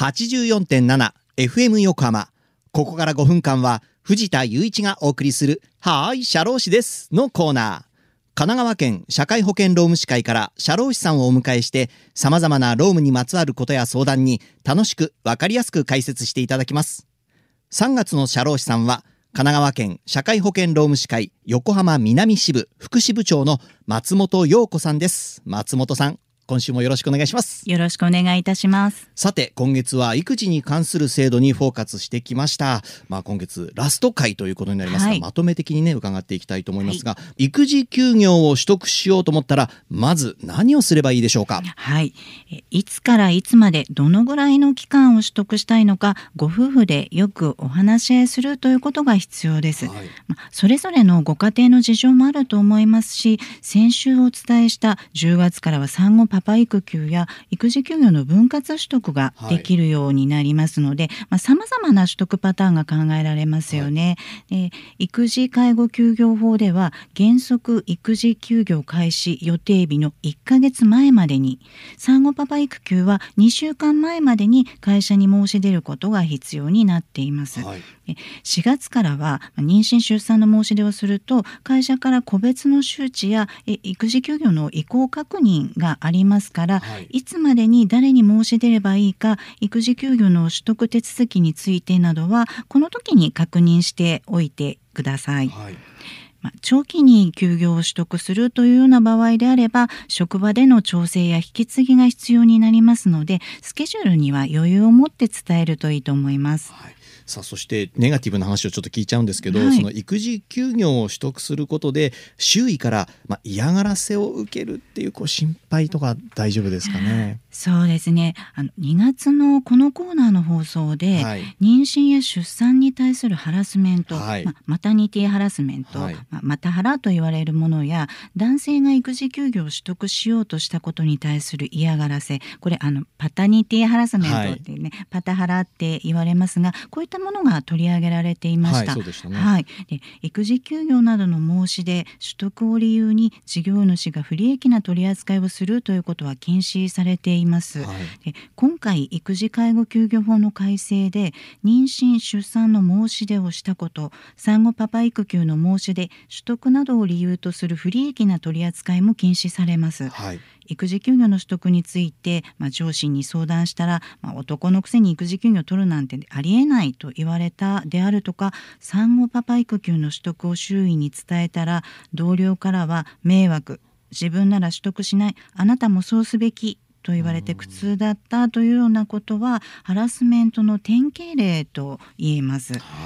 84.7 FM 横浜。ここから5分間は藤田雄一がお送りするはーい社労士ですのコーナー。神奈川県社会保険労務士会から社労士さんをお迎えして様々な労務にまつわることや相談に楽しくわかりやすく解説していただきます。3月の社労士さんは神奈川県社会保険労務士会横浜南支部副支部長の松本陽子さんです。松本さん、今週もよろしくお願いします。 よろしくお願いいたします。 さて、今月は育児に関する制度にフォーカスしてきました。今月ラスト回ということになりますが、まとめ的にね伺っていきたいと思いますが、育児休業を取得しようと思ったらまず何をすればいいでしょうか。 いつからいつまでどのぐらいの期間を取得したいのか、ご夫婦でよくお話し合いするということが必要です。それぞれのご家庭の事情もあると思いますし、先週お伝えした10月からは産後パパ育休や育児休業の分割取得ができるようになりますので、様々な取得パターンが考えられますよね。育児介護休業法では原則育児休業開始予定日の1ヶ月前までに、産後パパ育休は2週間前までに会社に申し出ることが必要になっています。4月からは妊娠出産の申し出をすると会社から個別の周知や育児休業の意向確認がありますから、いつまでに誰に申し出ればいいか、育児休業の取得手続きについてなどはこの時に確認しておいてください。長期に休業を取得するというような場合であれば、職場での調整や引き継ぎが必要になりますので、スケジュールには余裕を持って伝えるといいと思います。 さあ、そしてネガティブな話をちょっと聞いちゃうんですけど、その育児休業を取得することで周囲から嫌がらせを受けるっていう心配とか大丈夫ですかね。 そうですね。2月のこのコーナーの放送で、妊娠や出産に対するハラスメント、マタニティハラスメント、マタハラと言われるものや、男性が育児休業を取得しようとしたことに対する嫌がらせ、これパタニティハラスメントっていうね、パタハラって言われますが、こういったものが取り上げられていました。で、育児休業などの申し出、取得を理由に事業主が不利益な取り扱いをするということは禁止されています。で、今回育児介護休業法の改正で妊娠出産の申し出をしたこと、産後パパ育休の申し出、取得などを理由とする不利益な取り扱いも禁止されます。育児休業の取得について、上司に相談したら、男のくせに育児休業を取るなんてありえないと言われたであるとか、産後パパ育休の取得を周囲に伝えたら同僚からは迷惑、自分なら取得しない、あなたもそうすべきと言われて苦痛だったというようなことはハラスメントの典型例と言えます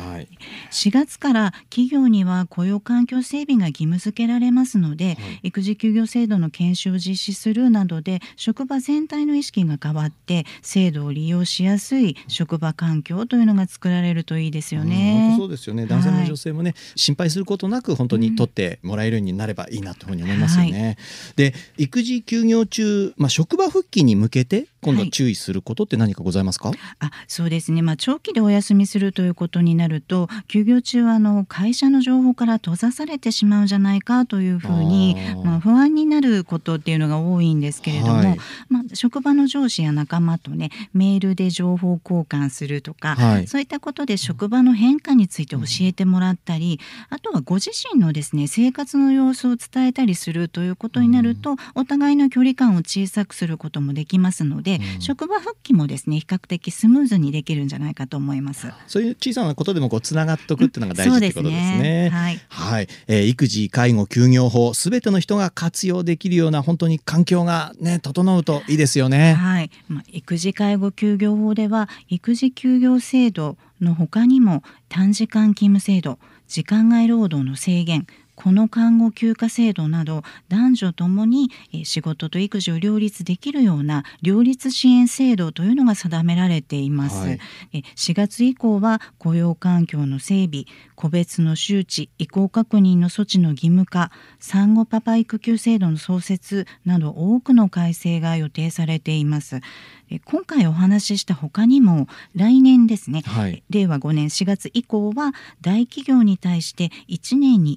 。4月から企業には雇用環境整備が義務付けられますので、育児休業制度の研修を実施するなどで職場全体の意識が変わって制度を利用しやすい職場環境というのが作られるといいですよね。 本当そうですよね。男性も女性もね、心配することなく本当に取ってもらえるようになればいいなというふうに思いますよね。で、育児休業中、職場復帰に向けて今度注意することって何かございますか。 そうですね。長期でお休みするということになると、休業中は会社の情報から閉ざされてしまうんじゃないかというふうに、不安になることっていうのが多いんですけれども、職場の上司や仲間とね、メールで情報交換するとか、そういったことで職場の変化について教えてもらったり、あとはご自身のですね、生活の様子を伝えたりするということになると、お互いの距離感を小さくすることもできますので、職場復帰もですね、比較的スムーズにできるんじゃないかと思います。 そういう小さなことでもつながっておくっていうのが大事ってことですね。育児介護休業法、すべての人が活用できるような本当に環境がね、整うといいですよね。 育児介護休業法では育児休業制度の他にも短時間勤務制度、時間外労働の制限、この看護休暇制度など男女ともに仕事と育児を両立できるような両立支援制度というのが定められています。4月以降は雇用環境の整備、個別の周知、意向確認の措置の義務化、産後パパ育休制度の創設など多くの改正が予定されています。今回お話しした他にも来年ですね、令和5年4月以降は大企業に対して1年に1回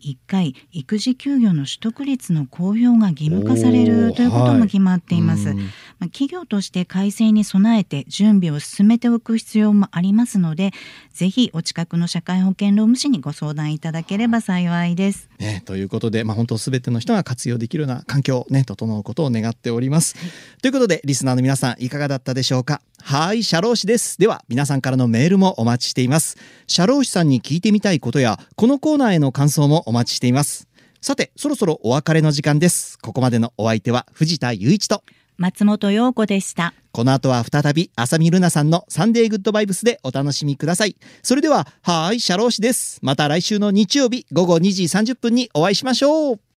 に育児休業の取得率の公表が義務化されるということも決まっています。企業として改正に備えて準備を進めておく必要もありますので、ぜひお近くの社会保険労務士にご相談いただければ幸いです。 ということで、本当すべての人が活用できるような環境、整うことを願っております。ということで、リスナーの皆さんいかがだったでしょうか。はい、社労士です。では皆さんからのメールもお待ちしています。社労士さんに聞いてみたいことやこのコーナーへの感想もお待ちしています。さて、そろそろお別れの時間です。ここまでのお相手は藤田雄一と松本陽子でした。 この後は再び浅見ルナさんのサンデーグッドバイブスでお楽しみください。それでは、はい、社労士です。また来週の日曜日午後2時30分にお会いしましょう。